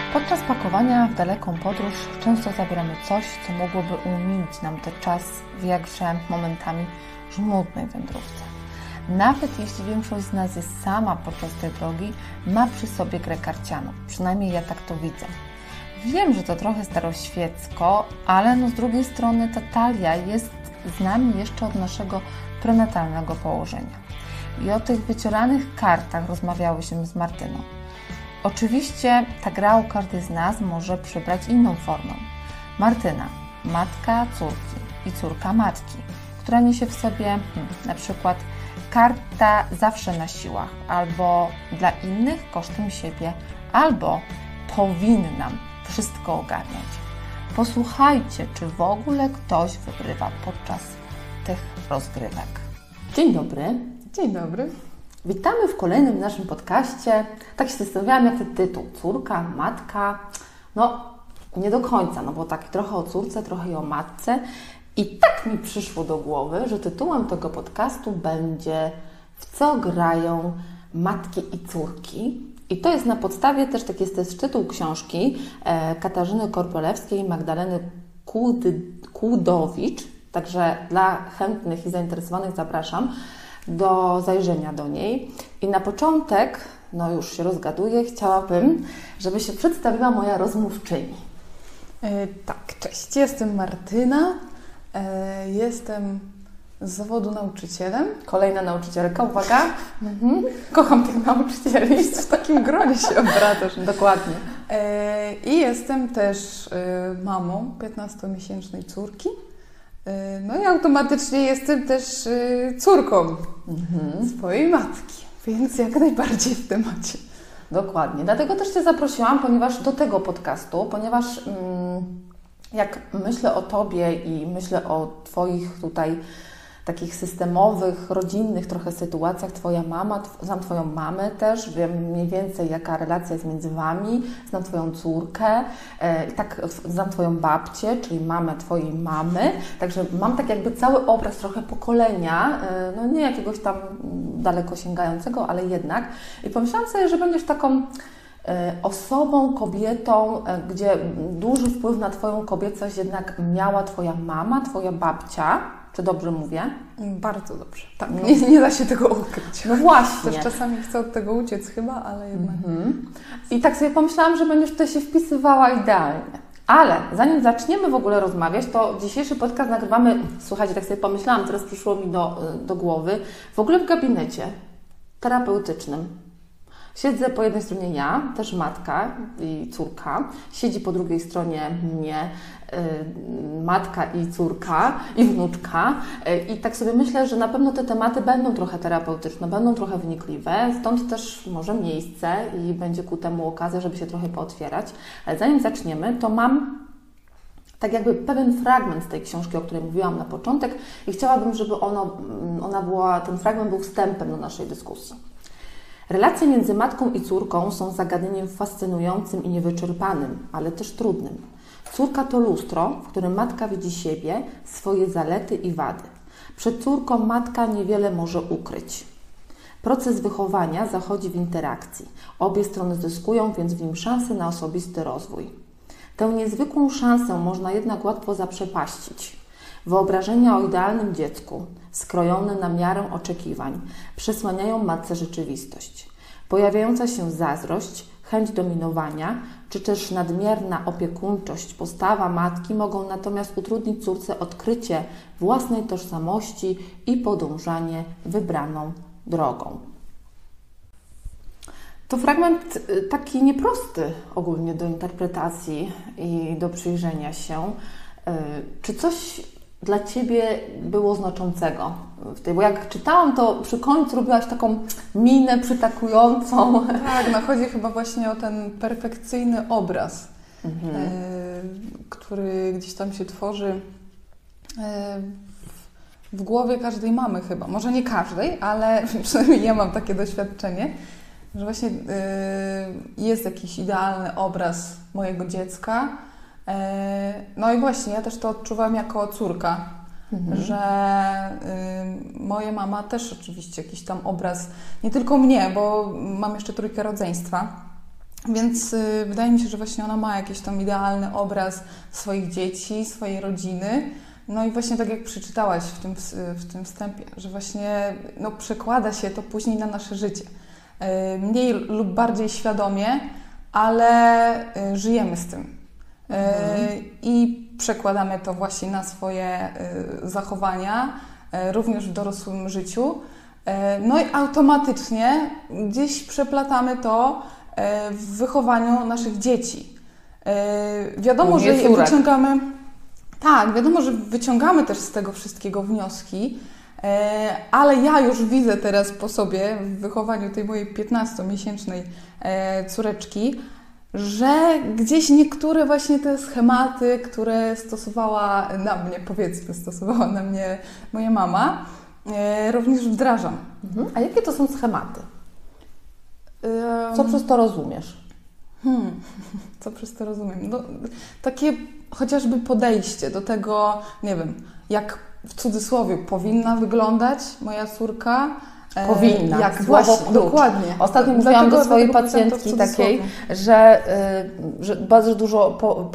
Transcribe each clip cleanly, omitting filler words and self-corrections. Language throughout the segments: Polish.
Podczas pakowania w daleką podróż często zabieramy coś, co mogłoby umilić nam ten czas w jakże momentami żmudnej wędrówce. Nawet jeśli większość z nas jest sama podczas tej drogi, ma przy sobie grę karcianą. Przynajmniej ja tak to widzę. Wiem, że to trochę staroświecko, ale z drugiej strony ta talia jest z nami jeszcze od naszego prenatalnego położenia. I o tych wycieranych kartach rozmawiałyśmy z Martyną. Oczywiście ta gra u każdej z nas może przybrać inną formę. Martyna, matka córki i córka matki, która niesie w sobie na przykład karta zawsze na siłach, albo dla innych kosztem siebie, albo powinnam wszystko ogarniać. Posłuchajcie, czy w ogóle ktoś wygrywa podczas tych rozgrywek. Dzień dobry. Dzień dobry. Witamy w kolejnym naszym podcaście. Tak się zastanawiałam, jak ten tytuł. Córka, matka. Nie do końca, bo tak trochę o córce, trochę i o matce. I tak mi przyszło do głowy, że tytułem tego podcastu będzie W co grają matki i córki. I to jest na podstawie też, tak jest też tytuł książki Katarzyny Korpolewskiej i Magdaleny Kłudowicz. Także dla chętnych i zainteresowanych zapraszam do zajrzenia do niej. I na początek, już się rozgaduję, chciałabym, żeby się przedstawiła moja rozmówczyni. Tak, cześć. Jestem Martyna. Jestem z zawodu nauczycielem. Kolejna nauczycielka, uwaga. Kocham tych nauczycieli, w takim gronie się obracasz. Dokładnie. I jestem też mamą 15-miesięcznej córki. I automatycznie jestem też córką swojej matki, więc jak najbardziej w temacie. Dokładnie. Dlatego też Cię zaprosiłam, ponieważ do tego podcastu, ponieważ jak myślę o Tobie i myślę o Twoich tutaj takich systemowych, rodzinnych trochę sytuacjach, Twoja mama, znam Twoją mamę też, wiem mniej więcej jaka relacja jest między Wami, znam Twoją córkę i tak znam Twoją babcię, czyli mamę Twojej mamy, także mam tak jakby cały obraz trochę pokolenia, nie jakiegoś tam daleko sięgającego, ale jednak i pomyślałam sobie, że będziesz taką osobą, kobietą, gdzie duży wpływ na Twoją kobiecość jednak miała Twoja mama, Twoja babcia. Czy dobrze mówię? Bardzo dobrze. Tak, nie da się tego ukryć. No właśnie. Też czasami chcę od tego uciec chyba, ale jednak. I tak sobie pomyślałam, że będziesz tutaj się wpisywała idealnie. Ale zanim zaczniemy w ogóle rozmawiać, to dzisiejszy podcast nagrywamy, słuchajcie, tak sobie pomyślałam, teraz przyszło mi do głowy, w ogóle w gabinecie terapeutycznym. Siedzę po jednej stronie ja, też matka i córka. Siedzi po drugiej stronie mnie matka i córka i wnuczka. I tak sobie myślę, że na pewno te tematy będą trochę terapeutyczne, będą trochę wnikliwe. Stąd też może miejsce i będzie ku temu okazja, żeby się trochę pootwierać. Ale zanim zaczniemy, to mam tak jakby pewien fragment z tej książki, o której mówiłam na początek i chciałabym, żeby ten fragment był wstępem do naszej dyskusji. Relacje między matką i córką są zagadnieniem fascynującym i niewyczerpanym, ale też trudnym. Córka to lustro, w którym matka widzi siebie, swoje zalety i wady. Przed córką matka niewiele może ukryć. Proces wychowania zachodzi w interakcji. Obie strony zyskują więc w nim szansę na osobisty rozwój. Tę niezwykłą szansę można jednak łatwo zaprzepaścić. Wyobrażenia o idealnym dziecku, skrojone na miarę oczekiwań, przesłaniają matce rzeczywistość. Pojawiająca się zazdrość, chęć dominowania, czy też nadmierna opiekuńczość, postawa matki mogą natomiast utrudnić córce odkrycie własnej tożsamości i podążanie wybraną drogą. To fragment taki nieprosty ogólnie do interpretacji i do przyjrzenia się. Czy coś dla Ciebie było znaczącego w tej? Bo jak czytałam, to przy końcu robiłaś taką minę przytakującą. Tak, chodzi chyba właśnie o ten perfekcyjny obraz, który gdzieś tam się tworzy w głowie każdej mamy chyba. Może nie każdej, ale przynajmniej ja mam takie doświadczenie, że właśnie jest jakiś idealny obraz mojego dziecka. I właśnie, ja też to odczuwam jako córka, że moja mama też oczywiście jakiś tam obraz, nie tylko mnie, bo mam jeszcze trójkę rodzeństwa, Więc wydaje mi się, że właśnie ona ma jakiś tam idealny obraz swoich dzieci, swojej rodziny. No i właśnie tak jak przeczytałaś w tym wstępie, że właśnie no, przekłada się to później na nasze życie. Mniej lub bardziej świadomie, ale żyjemy z tym. I przekładamy to właśnie na swoje zachowania, również w dorosłym życiu. No i automatycznie gdzieś przeplatamy to w wychowaniu naszych dzieci. Wiadomo, że wyciągamy... Tak, wiadomo, że wyciągamy też z tego wszystkiego wnioski, ale ja już widzę teraz po sobie w wychowaniu tej mojej 15-miesięcznej córeczki, że gdzieś niektóre właśnie te schematy, które stosowała na mnie moja mama, również wdrażam. A jakie to są schematy? Co przez to rozumiesz? Co przez to rozumiem? No, takie chociażby podejście do tego, nie wiem, jak w cudzysłowie powinna wyglądać moja córka. Powinna, jak słowo właśnie, dokładnie. Ostatnio mówiłam do swojej pacjentki takiej, że bardzo dużo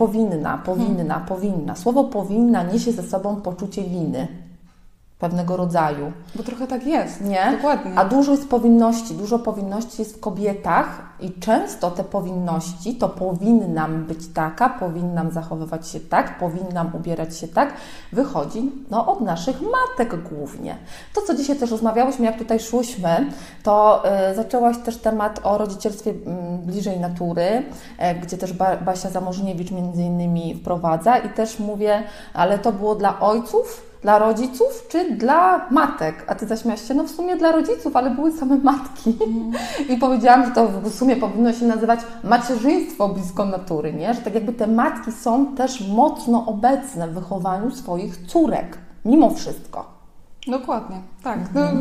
powinna. Słowo powinna niesie ze sobą poczucie winy pewnego rodzaju. Bo trochę tak jest, nie? Dokładnie. A dużo powinności jest w kobietach i często te powinności, to powinnam być taka, powinnam zachowywać się tak, powinnam ubierać się tak, wychodzi od naszych matek głównie. To, co dzisiaj też rozmawiałyśmy, jak tutaj szłyśmy, to zaczęłaś też temat o rodzicielstwie bliżej natury, gdzie też Basia Zamożniewicz między innymi wprowadza i też mówię, ale to było dla ojców, dla rodziców czy dla matek? A Ty zaśmiałaś się, w sumie dla rodziców, ale były same matki. I powiedziałam, że to w sumie powinno się nazywać macierzyństwo blisko natury, nie? Że tak jakby te matki są też mocno obecne w wychowaniu swoich córek, mimo wszystko. Dokładnie, tak.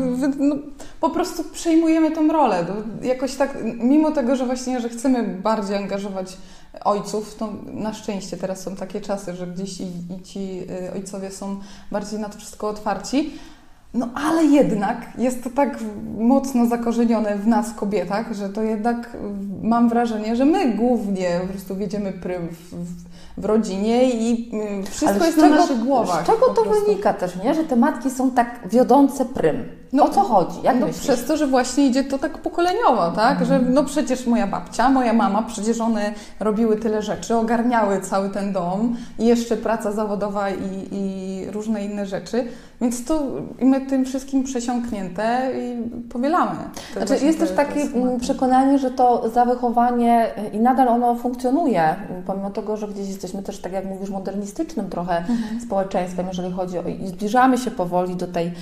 Po prostu przejmujemy tą rolę. Jakoś tak, mimo tego, że właśnie, że chcemy bardziej angażować ojców, to na szczęście teraz są takie czasy, że gdzieś i ci ojcowie są bardziej na to wszystko otwarci, ale jednak jest to tak mocno zakorzenione w nas, kobietach, że to jednak mam wrażenie, że my głównie po prostu wiedziemy prym w rodzinie i wszystko jest na naszych głowach. Z czego to wynika też, nie? Że te matki są tak wiodące prym? O co chodzi? Jak myślisz? Przez to, że właśnie idzie to tak pokoleniowo, tak? Że przecież moja babcia, moja mama, przecież one robiły tyle rzeczy, ogarniały cały ten dom i jeszcze praca zawodowa i różne inne rzeczy, więc to my tym wszystkim przesiąknięte i powielamy. Jest też takie przekonanie, że to zawychowanie i nadal ono funkcjonuje, pomimo tego, że gdzieś jesteśmy też, tak jak mówisz, modernistycznym trochę społeczeństwem, jeżeli chodzi i zbliżamy się powoli do tej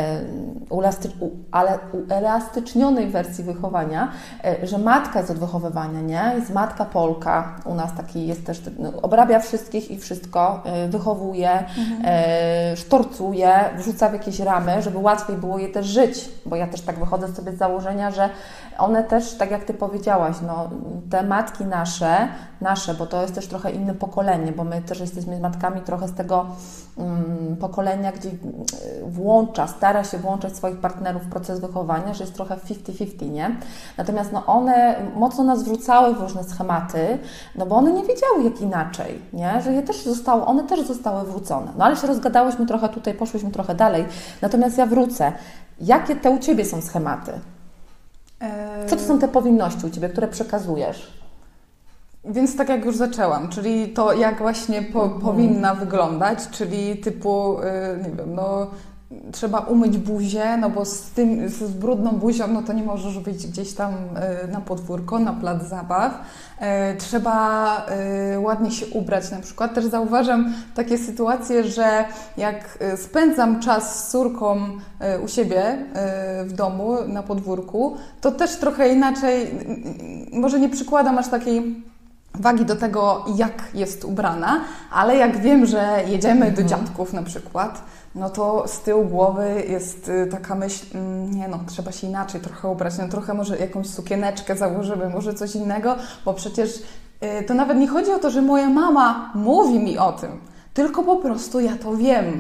uelastycznionej wersji wychowania, że matka jest od wychowywania, nie? Jest matka Polka, u nas taki jest też, obrabia wszystkich i wszystko, wychowuje, sztorcuje, wrzuca w jakieś ramy, żeby łatwiej było je też żyć, bo ja też tak wychodzę sobie z założenia, że one też, tak jak Ty powiedziałaś, te matki nasze, bo to jest też trochę inne pokolenie, bo my też jesteśmy matkami trochę z tego pokolenia, gdzie stara się włączać swoich partnerów w proces wychowania, że jest trochę 50-50, nie? Natomiast one mocno nas wrzucały w różne schematy, bo one nie wiedziały jak inaczej, nie? Że one też zostały wrzucone. Ale się rozgadałyśmy trochę tutaj, poszłyśmy trochę dalej. Natomiast ja wrócę. Jakie te u Ciebie są schematy? Co to są te powinności u Ciebie, które przekazujesz? Więc tak jak już zaczęłam, czyli to jak właśnie powinna wyglądać, czyli typu, nie wiem, trzeba umyć buzię, bo z brudną buzią, to nie możesz wyjść gdzieś tam na podwórko, na plac zabaw. Trzeba ładnie się ubrać na przykład. Też zauważam takie sytuacje, że jak spędzam czas z córką u siebie w domu, na podwórku, to też trochę inaczej, może nie przykładam aż takiej wagi do tego, jak jest ubrana, ale jak wiem, że jedziemy do dziadków na przykład, to z tyłu głowy jest taka myśl, trzeba się inaczej trochę ubrać, trochę może jakąś sukieneczkę założymy, może coś innego, bo przecież to nawet nie chodzi o to, że moja mama mówi mi o tym, tylko po prostu ja to wiem,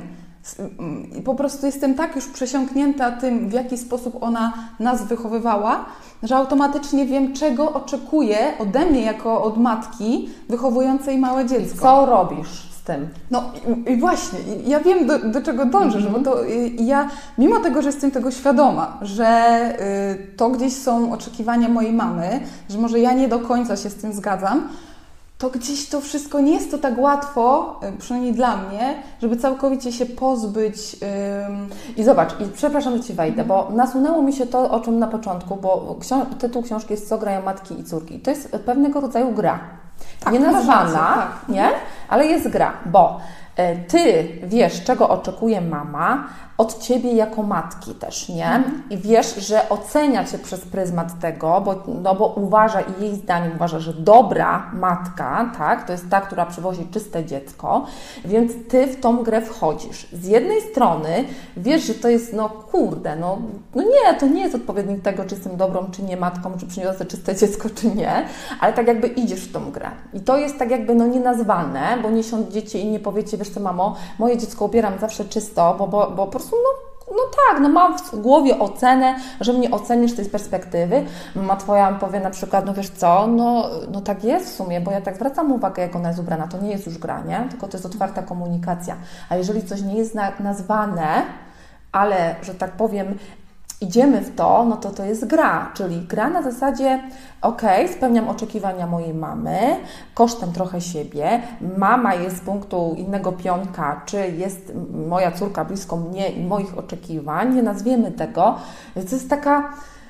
I po prostu jestem tak już przesiąknięta tym, w jaki sposób ona nas wychowywała, że automatycznie wiem, czego oczekuje ode mnie jako od matki wychowującej małe dziecko. Co robisz z tym? No i właśnie, ja wiem, do czego dążysz, bo to ja, mimo tego, że jestem tego świadoma, że to gdzieś są oczekiwania mojej mamy, że może ja nie do końca się z tym zgadzam, to gdzieś to wszystko nie jest to tak łatwo, przynajmniej dla mnie, żeby całkowicie się pozbyć. I zobacz, i przepraszam, że Ci wejdę, bo nasunęło mi się to, o czym na początku, bo tytuł książki jest Co grają matki i córki. To jest pewnego rodzaju gra. Tak, nie nazwana, rację, tak. nie? Ale jest gra, bo Ty wiesz, czego oczekuje mama od Ciebie jako matki też, nie? I wiesz, że ocenia Cię przez pryzmat tego, bo uważa i jej zdaniem uważa, że dobra matka, tak, to jest ta, która przywozi czyste dziecko, więc Ty w tą grę wchodzisz. Z jednej strony wiesz, że to jest, no nie, to nie jest odpowiednik tego, czy jestem dobrą, czy nie matką, czy przyniosę czyste dziecko, czy nie, ale tak jakby idziesz w tą grę. I to jest tak jakby, nienazwane, bo nie siądziecie i nie powiecie, wiesz co, mamo, moje dziecko ubieram zawsze czysto, bo po prostu mam w głowie ocenę, że mnie ocenisz z tej perspektywy. Mama Twoja powie na przykład, wiesz co, no tak jest w sumie, bo ja tak zwracam uwagę, jak ona jest ubrana, to nie jest już gra, nie? Tylko to jest otwarta komunikacja. A jeżeli coś nie jest nazwane, ale, że tak powiem, idziemy w to, no to jest gra, czyli gra na zasadzie, spełniam oczekiwania mojej mamy, kosztem trochę siebie, mama jest z punktu innego pionka, czy jest moja córka blisko mnie i moich oczekiwań, nie nazwiemy tego, więc to jest taka,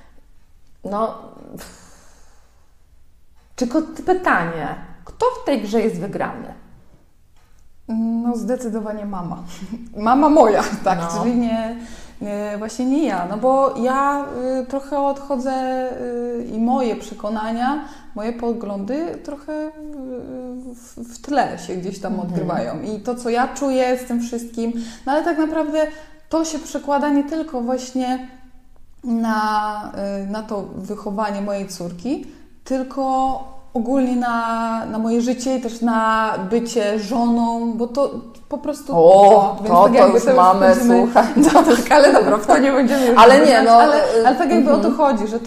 tylko pytanie, kto w tej grze jest wygrany? No zdecydowanie mama. Mama moja, tak, czyli właśnie nie ja, bo ja trochę odchodzę i moje przekonania, moje poglądy trochę w tle się gdzieś tam odgrywają i to, co ja czuję z tym wszystkim, ale tak naprawdę to się przekłada nie tylko właśnie na to wychowanie mojej córki, tylko ogólnie na moje życie i też na bycie żoną, bo to po prostu... To już mamy, słuchaj. Tak, ale dobra, w to nie będziemy już... Ale nie, ale tak jakby o to chodzi, że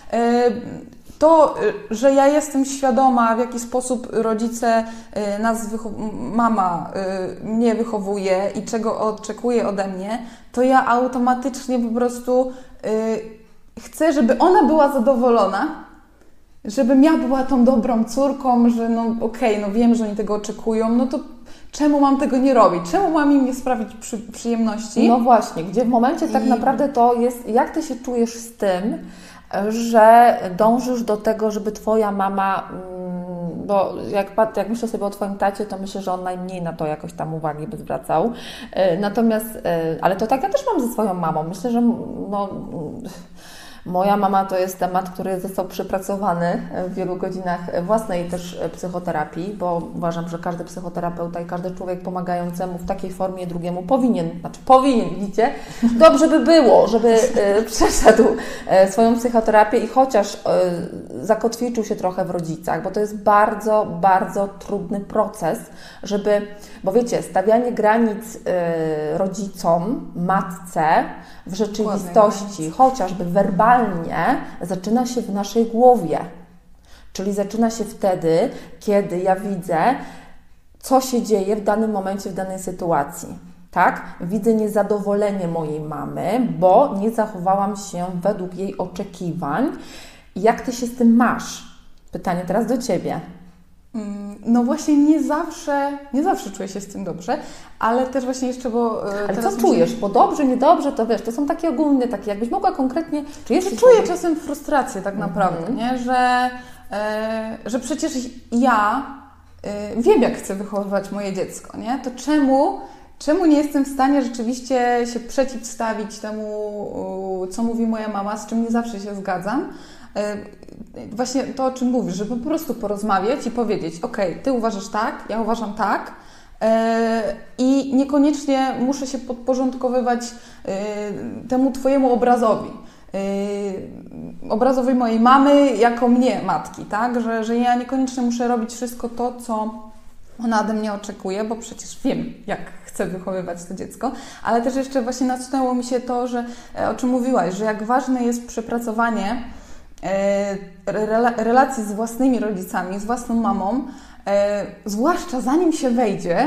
że ja jestem świadoma, w jaki sposób rodzice mama mnie wychowuje i czego oczekuje ode mnie, to ja automatycznie po prostu chcę, żeby ona była zadowolona, żebym ja była tą dobrą córką, że wiem, że oni tego oczekują, to czemu mam tego nie robić? Czemu mam im nie sprawić przyjemności? No właśnie, gdzie w momencie tak naprawdę to jest, jak Ty się czujesz z tym, że dążysz do tego, żeby Twoja mama, bo jak myślę sobie o Twoim tacie, to myślę, że on najmniej na to jakoś tam uwagi by zwracał. Natomiast, ale to tak ja też mam ze swoją mamą. Myślę, że moja mama to jest temat, który został przepracowany w wielu godzinach własnej też psychoterapii, bo uważam, że każdy psychoterapeuta i każdy człowiek pomagającemu w takiej formie drugiemu powinien, widzicie, dobrze by było, żeby przeszedł swoją psychoterapię i chociaż zakotwiczył się trochę w rodzicach, bo to jest bardzo, bardzo trudny proces, bo wiecie, stawianie granic rodzicom, matce w rzeczywistości, chociażby werbalnie, zaczyna się w naszej głowie. Czyli zaczyna się wtedy, kiedy ja widzę, co się dzieje w danym momencie, w danej sytuacji. Tak? Widzę niezadowolenie mojej mamy, bo nie zachowałam się według jej oczekiwań. Jak Ty się z tym masz? Pytanie teraz do Ciebie. No właśnie nie zawsze czuję się z tym dobrze, ale też właśnie jeszcze, bo... Ale co czujesz? Bo dobrze, niedobrze, to wiesz, to są takie ogólne, takie jakbyś mogła konkretnie... Czuję czasem frustrację tak naprawdę, nie? Że przecież ja wiem, jak chcę wychowywać moje dziecko, nie? To czemu nie jestem w stanie rzeczywiście się przeciwstawić temu, co mówi moja mama, z czym nie zawsze się zgadzam? Właśnie to, o czym mówisz, żeby po prostu porozmawiać i powiedzieć, Ty uważasz tak, ja uważam tak i niekoniecznie muszę się podporządkowywać temu Twojemu obrazowi mojej mamy jako mnie, matki, tak? Że ja niekoniecznie muszę robić wszystko to, ona ode mnie oczekuje, bo przecież wiem, jak chcę wychowywać to dziecko, ale też jeszcze właśnie nasunęło mi się to, że o czym mówiłaś, że jak ważne jest przepracowanie relacji z własnymi rodzicami, z własną mamą, zwłaszcza zanim się wejdzie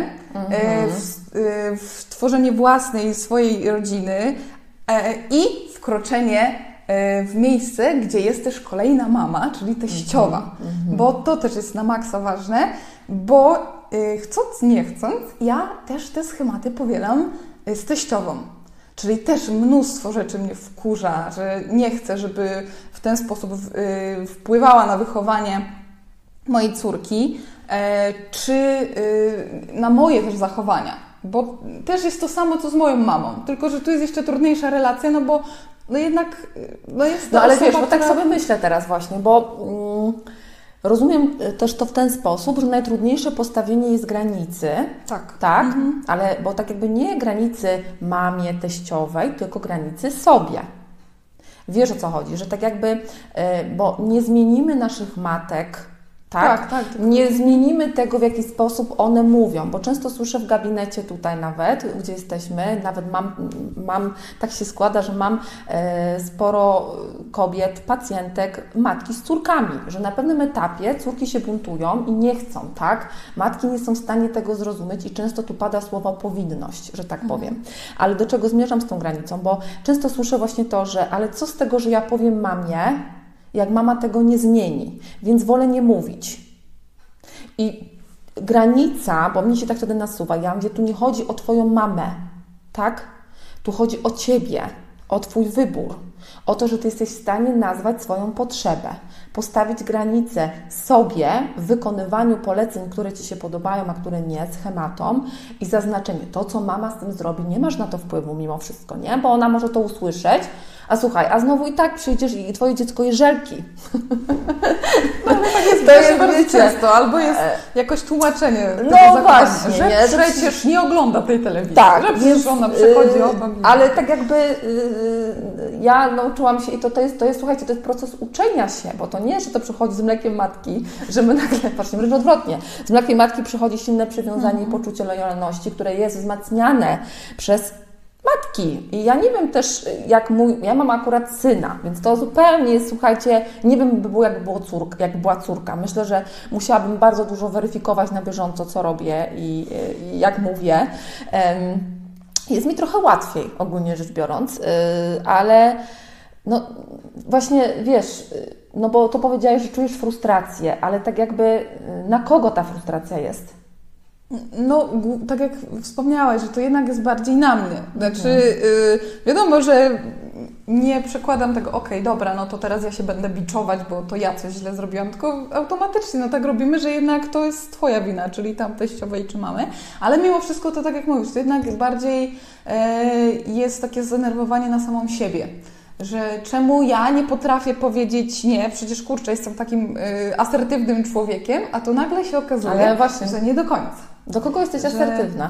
w tworzenie własnej, swojej rodziny i wkroczenie w miejsce, gdzie jest też kolejna mama, czyli teściowa, bo to też jest na maksa ważne, bo chcąc nie chcąc, ja też te schematy powielam z teściową. Czyli też mnóstwo rzeczy mnie wkurza, że nie chcę, żeby w ten sposób wpływała na wychowanie mojej córki, czy na moje też zachowania. Bo też jest to samo, co z moją mamą, tylko że tu jest jeszcze trudniejsza relacja, no bo jednak jest to ale osoba, wiesz, bo tak sobie myślę teraz właśnie, bo rozumiem też to w ten sposób, że najtrudniejsze postawienie jest granicy. Tak? Ale bo tak jakby nie granicy mamie, teściowej, tylko granicy sobie. Wiesz, o co chodzi, że tak jakby, bo nie zmienimy naszych matek, tak? Nie zmienimy tego, w jaki sposób one mówią, bo często słyszę w gabinecie tutaj nawet, gdzie jesteśmy, nawet mam tak się składa, że mam sporo kobiet, pacjentek, matki z córkami, że na pewnym etapie córki się buntują i nie chcą, tak? Matki nie są w stanie tego zrozumieć i często tu pada słowo powinność, że tak powiem. Ale do czego zmierzam z tą granicą? Bo często słyszę właśnie to, że ale co z tego, że ja powiem mamie, jak mama tego nie zmieni, więc wolę nie mówić. I granica, bo mnie się tak wtedy nasuwa, ja mówię, tu nie chodzi o Twoją mamę, tak? Tu chodzi o Ciebie, o Twój wybór, o to, że Ty jesteś w stanie nazwać swoją potrzebę, postawić granicę sobie w wykonywaniu poleceń, które Ci się podobają, a które nie, schematom i zaznaczenie, to co mama z tym zrobi, nie masz na to wpływu mimo wszystko, nie? Bo ona może to usłyszeć, a słuchaj, a znowu i tak przyjdziesz i Twoje dziecko je żelki. No ale tak jest, to jest bardzo często, albo jest jakoś tłumaczenie tego właśnie, że przecież nie ogląda tej telewizji, tak, że przecież ona przychodzi obok. Ale tak jakby ja nauczyłam się i to jest, słuchajcie, to jest proces uczenia się, bo to nie, że to przychodzi z mlekiem matki, że my nagle, patrzcie, wręcz odwrotnie, z mlekiem matki przychodzi silne przywiązanie i poczucie lojalności, które jest wzmacniane przez matki. I ja nie wiem też, ja mam akurat syna, więc to zupełnie jest, słuchajcie, nie wiem, by było, jak była córka. Myślę, że musiałabym bardzo dużo weryfikować na bieżąco, co robię i jak mówię. Jest mi trochę łatwiej, ogólnie rzecz biorąc, ale no właśnie, wiesz, no bo to powiedziałeś, że czujesz frustrację, ale tak jakby na kogo ta frustracja jest? No, tak jak wspomniałaś, że to jednak jest bardziej na mnie. Znaczy, wiadomo, że nie przekładam tego, okej, dobra, no to teraz ja się będę biczować, bo to ja coś źle zrobiłam, tylko automatycznie, no tak robimy, że jednak to jest Twoja wina, czyli tam teściowej czy mamy, ale mimo wszystko to tak jak mówisz, to jednak bardziej jest takie zdenerwowanie na samą siebie. Że czemu ja nie potrafię powiedzieć nie, przecież kurczę, jestem takim asertywnym człowiekiem, a to nagle się okazuje, że nie do końca. Do kogo jesteś asertywna?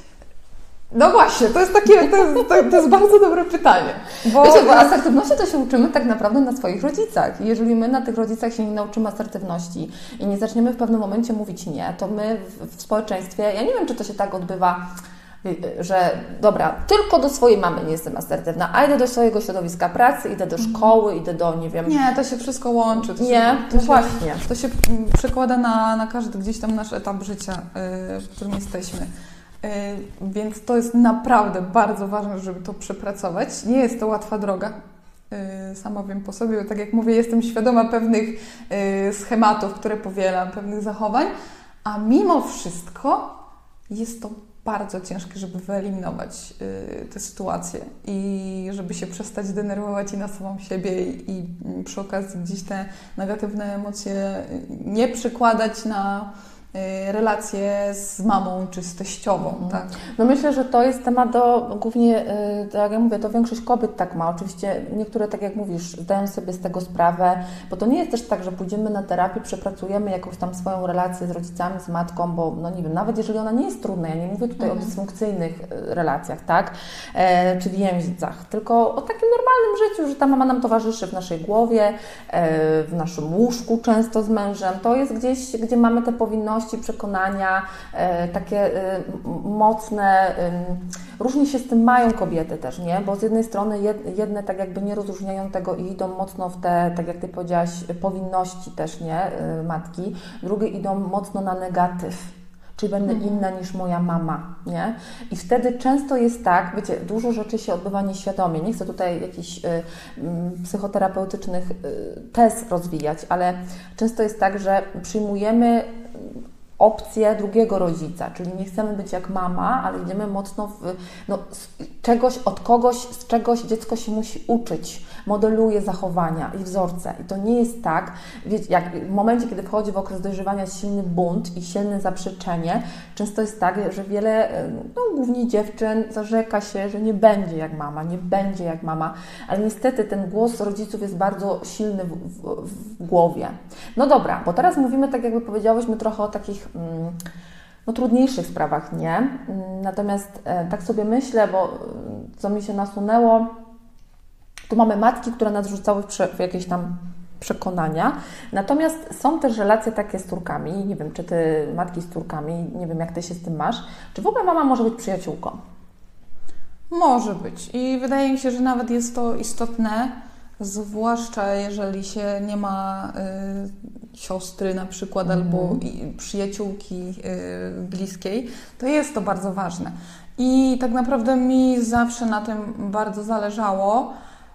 No właśnie, to jest takie, to jest bardzo dobre pytanie. Bo asertywności to się uczymy tak naprawdę na swoich rodzicach. I jeżeli my na tych rodzicach się nie nauczymy asertywności i nie zaczniemy w pewnym momencie mówić nie, to my w społeczeństwie, ja nie wiem, czy to się tak odbywa, że dobra, tylko do swojej mamy nie jestem asertywna, a idę do swojego środowiska pracy, idę do szkoły, idę do, nie wiem... Nie, to się wszystko łączy. Właśnie. To się przekłada na każdy gdzieś tam nasz etap życia, w którym jesteśmy. Więc to jest naprawdę bardzo ważne, żeby to przepracować. Nie jest to łatwa droga. Sama wiem po sobie, bo tak jak mówię, jestem świadoma pewnych schematów, które powielam, pewnych zachowań, a mimo wszystko jest to bardzo ciężkie, żeby wyeliminować te sytuacje i żeby się przestać denerwować i na samą siebie i przy okazji gdzieś te negatywne emocje nie przekładać na relacje z mamą czy z teściową. Tak? No myślę, że to jest temat głównie, tak jak ja mówię, to większość kobiet tak ma. Oczywiście niektóre, tak jak mówisz, zdają sobie z tego sprawę, bo to nie jest też tak, że pójdziemy na terapię, przepracujemy jakąś tam swoją relację z rodzicami, z matką, bo no nie wiem, nawet jeżeli ona nie jest trudna, ja nie mówię tutaj o dysfunkcyjnych relacjach, tak, czy więźcach, tylko o takim normalnym życiu, że ta mama nam towarzyszy w naszej głowie, w naszym łóżku często z mężem. To jest gdzieś, gdzie mamy te powinności, powinności, przekonania, takie mocne, różnie się z tym mają kobiety też, nie? Bo z jednej strony jedne tak jakby nie rozróżniają tego i idą mocno w te, tak jak Ty powiedziałaś, powinności też, nie? Matki, drugie idą mocno na negatyw. Czyli będę inna niż moja mama, nie? I wtedy często jest tak, wiecie, dużo rzeczy się odbywa nieświadomie. Nie chcę tutaj jakichś psychoterapeutycznych tez rozwijać, ale często jest tak, że przyjmujemy opcję drugiego rodzica, czyli nie chcemy być jak mama, ale idziemy mocno czegoś, od kogoś, z czegoś dziecko się musi uczyć, modeluje zachowania i wzorce. I to nie jest tak, wiecie, jak w momencie, kiedy wchodzi w okres dojrzewania silny bunt i silne zaprzeczenie, często jest tak, że wiele, głównie dziewczyn zarzeka się, że nie będzie jak mama, nie będzie jak mama, ale niestety ten głos rodziców jest bardzo silny w głowie. No dobra, bo teraz mówimy, tak jakby powiedziałyśmy, trochę o takich trudniejszych sprawach, nie? Natomiast tak sobie myślę, bo co mi się nasunęło, tu mamy matki, które nas rzucały w jakieś tam przekonania, natomiast są też relacje takie z córkami, nie wiem, czy Ty matki z córkami, nie wiem, jak Ty się z tym masz, czy w ogóle mama może być przyjaciółką? Może być i wydaje mi się, że nawet jest to istotne, zwłaszcza jeżeli się nie ma siostry na przykład albo przyjaciółki bliskiej, to jest to bardzo ważne. I tak naprawdę mi zawsze na tym bardzo zależało,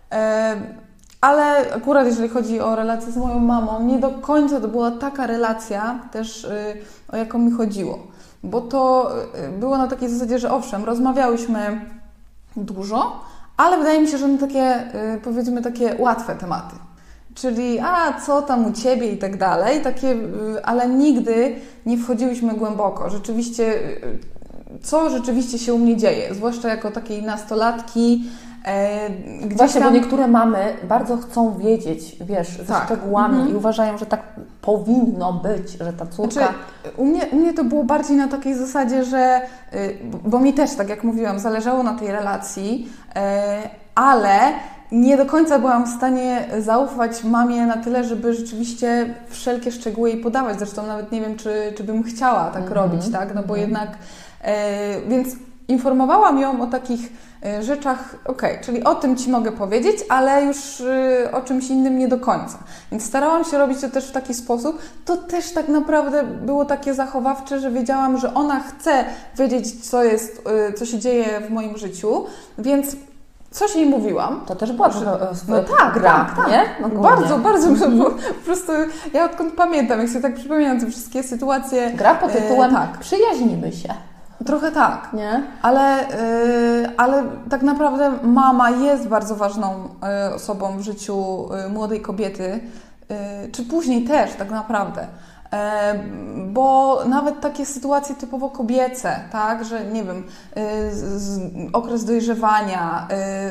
ale akurat jeżeli chodzi o relację z moją mamą, nie do końca to była taka relacja też, o jaką mi chodziło. Bo to było na takiej zasadzie, że owszem, rozmawiałyśmy dużo, ale wydaje mi się, że na takie, powiedzmy, takie łatwe tematy. Czyli, co tam u Ciebie i tak dalej, takie, ale nigdy nie wchodziłyśmy głęboko. Rzeczywiście, co rzeczywiście się u mnie dzieje, zwłaszcza jako takiej nastolatki. Właśnie, bo niektóre mamy bardzo chcą wiedzieć, wiesz, ze szczegółami i uważają, że tak powinno być, że ta córka... Znaczy, u mnie to było bardziej na takiej zasadzie, że, bo mi też, tak jak mówiłam, zależało na tej relacji, ale nie do końca byłam w stanie zaufać mamie na tyle, żeby rzeczywiście wszelkie szczegóły jej podawać. Zresztą nawet nie wiem, czy bym chciała tak robić, tak? No bo jednak, więc informowałam ją o takich rzeczach, czyli o tym Ci mogę powiedzieć, ale już o czymś innym nie do końca. Więc starałam się robić to też w taki sposób. To też tak naprawdę było takie zachowawcze, że wiedziałam, że ona chce wiedzieć, co się dzieje w moim życiu, więc coś jej mówiłam. To też była gra, tak, nie? Bardzo, po prostu ja odkąd pamiętam, jak sobie tak przypominam te wszystkie sytuacje. Gra pod tytułem przyjaźnimy się. Trochę tak, nie? Ale tak naprawdę mama jest bardzo ważną osobą w życiu młodej kobiety, czy później też tak naprawdę. Bo nawet takie sytuacje typowo kobiece, tak, że nie wiem, okres dojrzewania,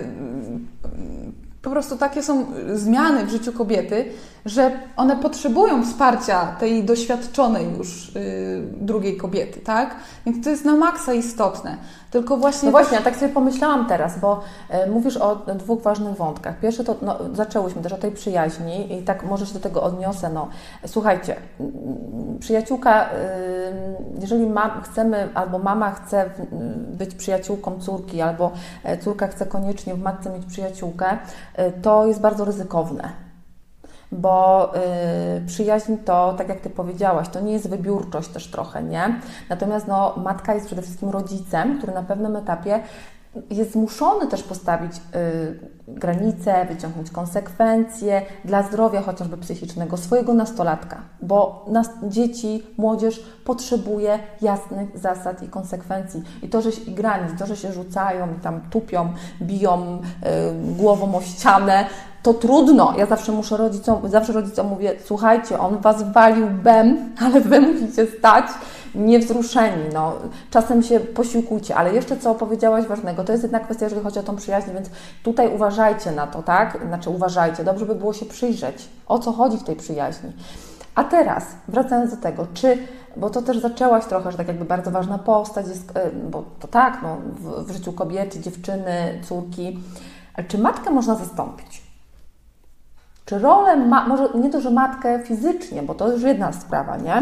po prostu takie są zmiany w życiu kobiety, że one potrzebują wsparcia tej doświadczonej już drugiej kobiety, tak? Więc to jest na maksa istotne. Tylko właśnie... No właśnie, ja tak sobie pomyślałam teraz, bo mówisz o dwóch ważnych wątkach. Pierwsze to, zaczęłyśmy też o tej przyjaźni i tak może się do tego odniosę. Słuchajcie, przyjaciółka, jeżeli chcemy, albo mama chce być przyjaciółką córki, albo córka chce koniecznie w matce mieć przyjaciółkę, to jest bardzo ryzykowne. Bo przyjaźń to, tak jak Ty powiedziałaś, to nie jest wybiórczość też trochę, nie? Natomiast matka jest przede wszystkim rodzicem, który na pewnym etapie jest zmuszony też postawić granice, wyciągnąć konsekwencje dla zdrowia chociażby psychicznego swojego nastolatka, bo dzieci, młodzież potrzebuje jasnych zasad i konsekwencji. I granic, to, że się rzucają i tam tupią, biją głową o ścianę, to trudno. Ja zawsze rodzicom mówię, słuchajcie, on Was walił ale Wy musicie stać niewzruszeni. Czasem się posiłkujcie, ale jeszcze co powiedziałaś ważnego, to jest jednak kwestia, jeżeli chodzi o tą przyjaźń, więc tutaj uważajcie na to, tak? Znaczy uważajcie, dobrze by było się przyjrzeć, o co chodzi w tej przyjaźni. A teraz, wracając do tego, bo to też zaczęłaś trochę, że tak jakby bardzo ważna postać jest, bo to tak, w życiu kobiety, dziewczyny, córki, ale czy matkę można zastąpić? Czy rolę może nie to, że matkę fizycznie, bo to już jedna sprawa, nie?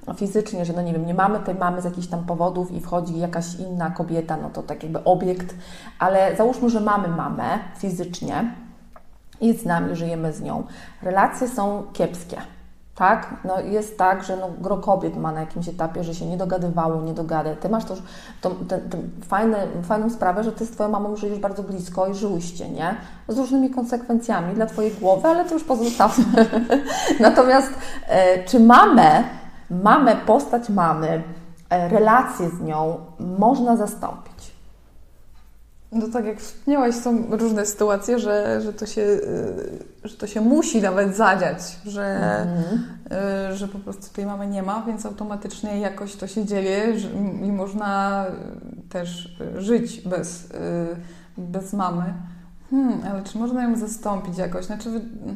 fizycznie, że no nie wiem, nie mamy tej mamy z jakichś tam powodów i wchodzi jakaś inna kobieta, no to tak jakby obiekt, ale załóżmy, że mamy mamę fizycznie, jest z nami, żyjemy z nią. Relacje są kiepskie, tak? No jest tak, że no gro kobiet ma na jakimś etapie, że się nie dogadywało, nie dogada. Ty masz też fajną sprawę, że Ty z Twoją mamą żyjesz bardzo blisko i żyłyście, nie? Z różnymi konsekwencjami dla Twojej głowy, ale to już pozostawmy. Natomiast czy postać mamy, relacje z nią można zastąpić? No tak jak wspomniałaś, są różne sytuacje, że to się musi nawet zadziać, że po prostu tej mamy nie ma, więc automatycznie jakoś to się dzieje i można też żyć bez mamy. Ale czy można ją zastąpić jakoś? Znaczy,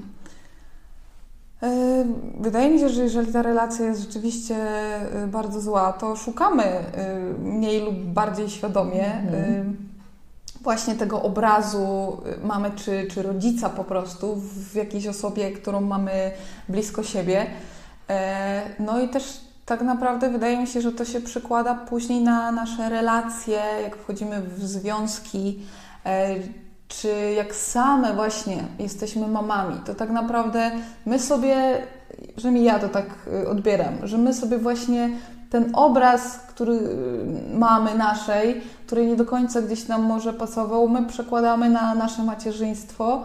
wydaje mi się, że jeżeli ta relacja jest rzeczywiście bardzo zła, to szukamy mniej lub bardziej świadomie właśnie tego obrazu mamy czy rodzica po prostu w jakiejś osobie, którą mamy blisko siebie. No i też tak naprawdę wydaje mi się, że to się przekłada później na nasze relacje, jak wchodzimy w związki, czy jak same właśnie jesteśmy mamami, to tak naprawdę my sobie, przynajmniej ja to tak odbieram, że my sobie właśnie ten obraz, który mamy naszej, który nie do końca gdzieś nam może pasował, my przekładamy na nasze macierzyństwo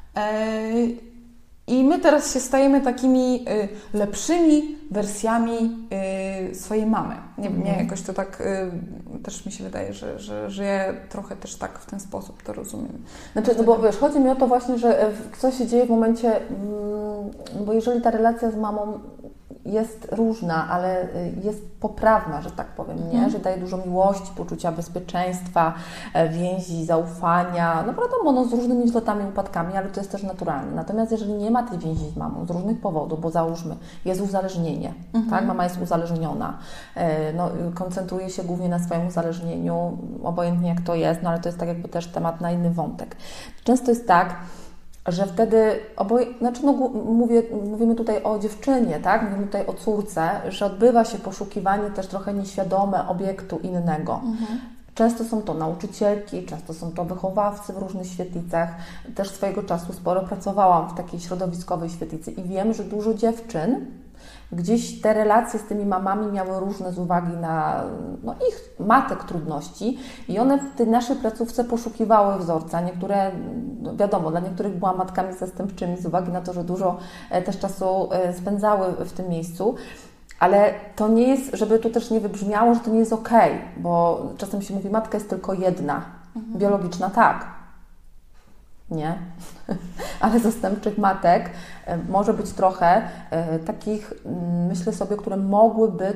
i my teraz się stajemy takimi lepszymi wersjami swojej mamy. Nie wiem, jakoś to tak też mi się wydaje, że ja trochę też tak w ten sposób to rozumiem. Znaczy, no bo wiesz, chodzi mi o to właśnie, że co się dzieje w momencie, bo jeżeli ta relacja z mamą jest różna, ale jest poprawna, że tak powiem, nie? Że daje dużo miłości, poczucia bezpieczeństwa, więzi, zaufania, no wiadomo, no z różnymi wzlotami i upadkami, ale to jest też naturalne. Natomiast jeżeli nie ma tej więzi z mamą z różnych powodów, bo załóżmy, jest uzależnienie, tak? Mama jest uzależniona, no, koncentruje się głównie na swoim uzależnieniu, obojętnie jak to jest, no ale to jest tak jakby też temat na inny wątek. Często jest tak, że wtedy mówimy tutaj o dziewczynie, tak? Mówimy tutaj o córce, że odbywa się poszukiwanie też trochę nieświadome obiektu innego. Często są to nauczycielki, często są to wychowawcy w różnych świetlicach. Też swojego czasu sporo pracowałam w takiej środowiskowej świetlicy i wiem, że dużo dziewczyn gdzieś te relacje z tymi mamami miały różne z uwagi na ich matek trudności i one w tej naszej placówce poszukiwały wzorca. Niektóre, wiadomo, dla niektórych była matkami zastępczymi z uwagi na to, że dużo też czasu spędzały w tym miejscu. Ale to nie jest, żeby tu też nie wybrzmiało, że to nie jest okej, bo czasem się mówi, matka jest tylko jedna, biologiczna tak. Nie, ale zastępczych matek może być trochę takich, myślę sobie, które mogłyby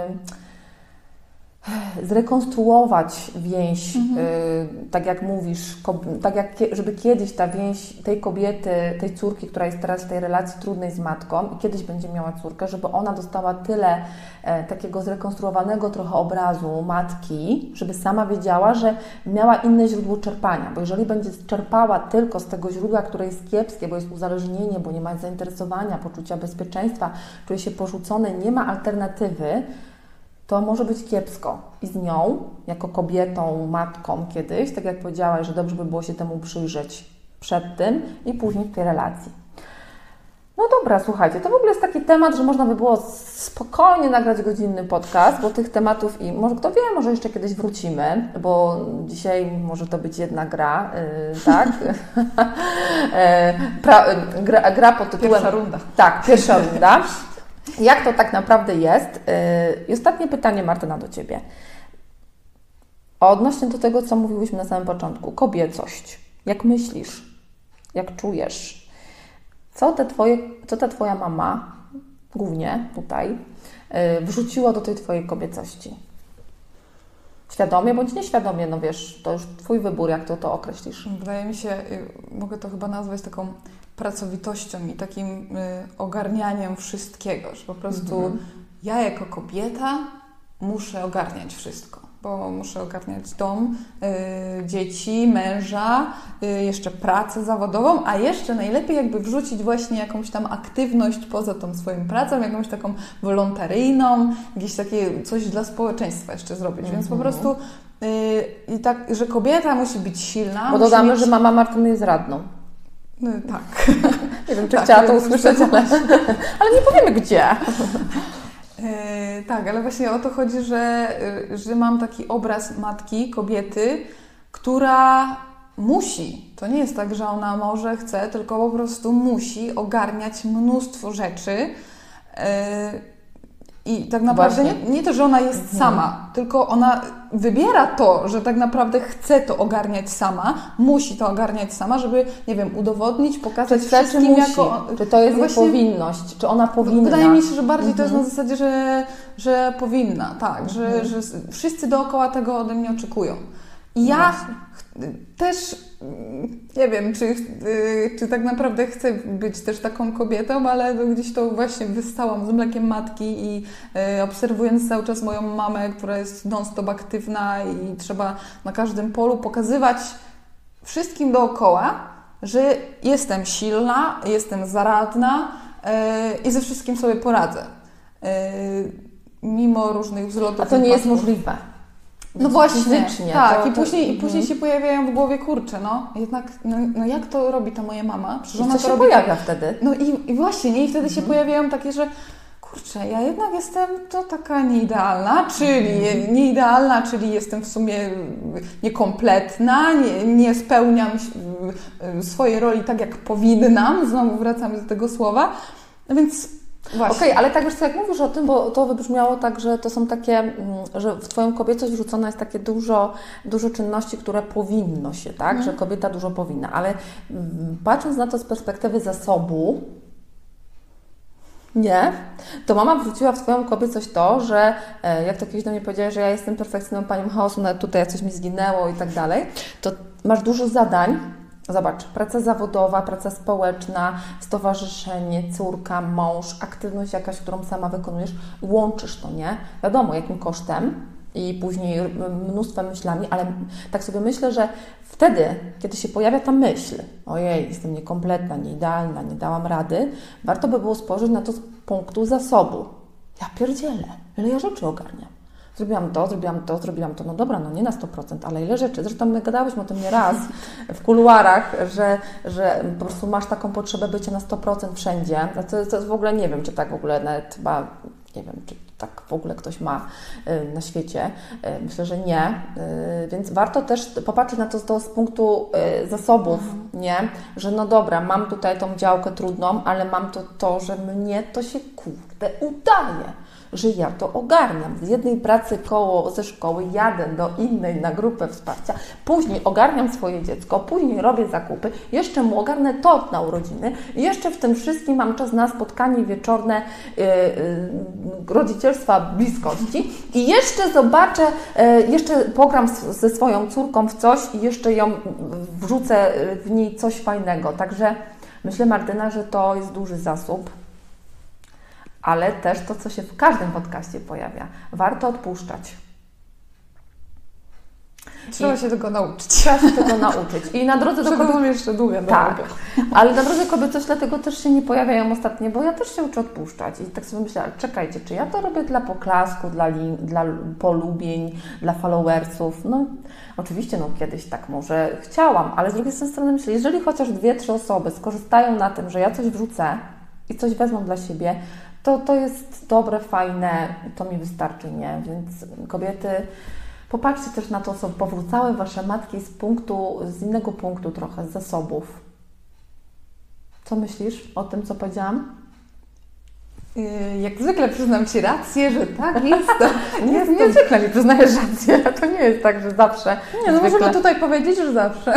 zrekonstruować więź, tak jak mówisz, żeby kiedyś ta więź tej kobiety, tej córki, która jest teraz w tej relacji trudnej z matką i kiedyś będzie miała córkę, żeby ona dostała tyle takiego zrekonstruowanego trochę obrazu matki, żeby sama wiedziała, że miała inne źródło czerpania, bo jeżeli będzie czerpała tylko z tego źródła, które jest kiepskie, bo jest uzależnienie, bo nie ma zainteresowania, poczucia bezpieczeństwa, czuje się porzucone, nie ma alternatywy, to może być kiepsko. I z nią, jako kobietą, matką kiedyś, tak jak powiedziałaś, że dobrze by było się temu przyjrzeć przed tym i później w tej relacji. No dobra, słuchajcie, to w ogóle jest taki temat, że można by było spokojnie nagrać godzinny podcast, bo tych tematów i może kto wie, może jeszcze kiedyś wrócimy, bo dzisiaj może to być jedna gra, tak? Gra pod tytułem... Pierwsza runda. Tak, pierwsza runda. Jak to tak naprawdę jest? I ostatnie pytanie, Martyna, do Ciebie. Odnośnie do tego, co mówiłyśmy na samym początku. Kobiecość. Jak myślisz? Jak czujesz? Co ta Twoja mama, głównie tutaj, wrzuciła do tej Twojej kobiecości? Świadomie bądź nieświadomie, no wiesz, to już Twój wybór, jak to określisz. Wydaje mi się, mogę to chyba nazwać taką pracowitością i takim ogarnianiem wszystkiego, że po prostu ja jako kobieta muszę ogarniać wszystko. bo muszę ogarniać dom, dzieci, męża, jeszcze pracę zawodową, a jeszcze najlepiej jakby wrzucić właśnie jakąś tam aktywność poza tą swoją pracą, jakąś taką wolontaryjną, jakieś takie coś dla społeczeństwa jeszcze zrobić, więc po prostu i tak, że kobieta musi być silna. Bo dodamy, że mama Martyny jest radną. Tak. Nie wiem, czy chciała to usłyszeć, ale nie powiemy gdzie. Tak, ale właśnie o to chodzi, że mam taki obraz matki, kobiety, która musi. To nie jest tak, że ona może, chce, tylko po prostu musi ogarniać mnóstwo rzeczy. I tak naprawdę nie to, że ona jest sama, tylko ona wybiera to, że tak naprawdę chce to ogarniać sama, musi to ogarniać sama, żeby, nie wiem, udowodnić, pokazać wszystkim jako... Czy to jest jej powinność? Czy ona powinna? Wydaje mi się, że bardziej to jest na zasadzie, że powinna, tak, że wszyscy dookoła tego ode mnie oczekują. I ja też nie wiem, czy tak naprawdę chcę być też taką kobietą, ale gdzieś to właśnie wystałam z mlekiem matki i obserwując cały czas moją mamę, która jest non-stop aktywna i trzeba na każdym polu pokazywać wszystkim dookoła, że jestem silna, jestem zaradna i ze wszystkim sobie poradzę. Mimo różnych wzlotów. A to nie jest możliwe. No właśnie, fizycznie. Tak, i później się pojawiają w głowie, kurczę, jednak, jak to robi ta moja mama? Przecież ona się pojawia wtedy. No i właśnie, nie? I wtedy się pojawiają takie, że kurczę, ja jednak jestem to taka nieidealna, czyli jestem w sumie niekompletna, nie spełniam swojej roli tak, jak powinnam, znowu wracamy do tego słowa, no więc... Okej, ale tak wiesz co, jak mówisz o tym, bo to wybrzmiało tak, że to są takie, że w Twoją kobiecość wrzucone jest takie dużo czynności, które powinno się, tak? Że kobieta dużo powinna, ale patrząc na to z perspektywy zasobu, nie, to mama wrzuciła w Twoją kobiecość to, że jak to kiedyś do mnie powiedziałeś, że ja jestem perfekcyjną panią chaosu, nawet tutaj coś mi zginęło i tak dalej, to masz dużo zadań. Zobacz, praca zawodowa, praca społeczna, stowarzyszenie, córka, mąż, aktywność jakaś, którą sama wykonujesz, łączysz to, nie? Wiadomo, jakim kosztem i później mnóstwem myślami, ale tak sobie myślę, że wtedy, kiedy się pojawia ta myśl, ojej, jestem niekompletna, nieidealna, nie dałam rady, warto by było spojrzeć na to z punktu zasobu. Ja pierdzielę, ile ja rzeczy ogarniam. Zrobiłam to, no dobra, no nie na 100%, ale ile rzeczy. Zresztą my gadałyśmy o tym nieraz w kuluarach, że po prostu masz taką potrzebę bycia na 100% wszędzie. To w ogóle nie wiem, czy tak w ogóle nawet chyba, nie wiem, czy tak w ogóle ktoś ma na świecie. Myślę, że nie. Więc warto też popatrzeć na to z punktu zasobów, nie? Że no dobra, mam tutaj tą działkę trudną, ale mam to, że mnie to się kurde udaje. Że ja to ogarniam. Z jednej pracy ze szkoły jadę do innej na grupę wsparcia, później ogarniam swoje dziecko, później robię zakupy, jeszcze mu ogarnę tort na urodziny i jeszcze w tym wszystkim mam czas na spotkanie wieczorne rodzicielstwa bliskości i jeszcze zobaczę, jeszcze pogram ze swoją córką w coś i jeszcze ją wrzucę w niej coś fajnego. Także myślę, Martyna, że to jest duży zasób. Ale też to, co się w każdym podcaście pojawia. Warto odpuszczać. Trzeba się tego nauczyć. Trzeba się tego nauczyć. I na drodze do kobiety... jeszcze długa tak, ale na drodze kobiecość dlatego też się nie pojawiają ostatnio, bo ja też się uczę odpuszczać. I tak sobie myślę, ale czekajcie, czy ja to robię dla poklasku, dla polubień, dla followersów? No oczywiście, kiedyś tak może chciałam, ale z drugiej strony myślę, jeżeli chociaż 2-3 osoby skorzystają na tym, że ja coś wrzucę i coś wezmą dla siebie, to jest dobre, fajne, to mi wystarczy, nie? Więc kobiety, popatrzcie też na to, co powrócały Wasze matki z innego punktu trochę, z zasobów. Co myślisz o tym, co powiedziałam? Jak zwykle przyznam Ci rację, że tak jest. Niezwykle mi przyznajesz rację, to nie jest tak, że zawsze. Nie, no możemy tutaj powiedzieć, że zawsze.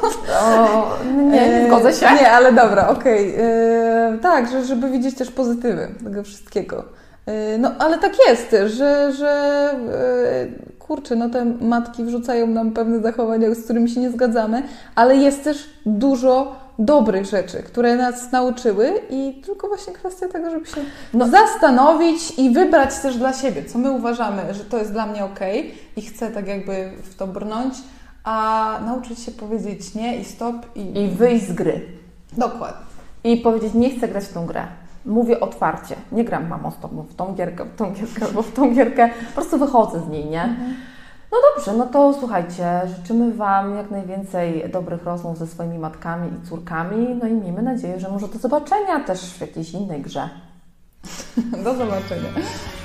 Nie zgodzę się. Nie, ale dobra, okej. Tak, żeby widzieć też pozytywy tego wszystkiego. No, ale tak jest, że kurczę, te matki wrzucają nam pewne zachowania, z którymi się nie zgadzamy, ale jest też dużo dobrych rzeczy, które nas nauczyły i tylko właśnie kwestia tego, żeby się zastanowić i wybrać też dla siebie, co my uważamy, że to jest dla mnie okej i chcę tak jakby w to brnąć, a nauczyć się powiedzieć nie i stop i wyjść z gry. Dokładnie. I powiedzieć, nie chcę grać w tą grę. Mówię otwarcie. Nie gram, mamo, z tobą w tą gierkę albo w tą gierkę. Po prostu wychodzę z niej, nie? No dobrze, no to słuchajcie, życzymy Wam jak najwięcej dobrych rozmów ze swoimi matkami i córkami. No i miejmy nadzieję, że może do zobaczenia też w jakiejś innej grze. Do zobaczenia.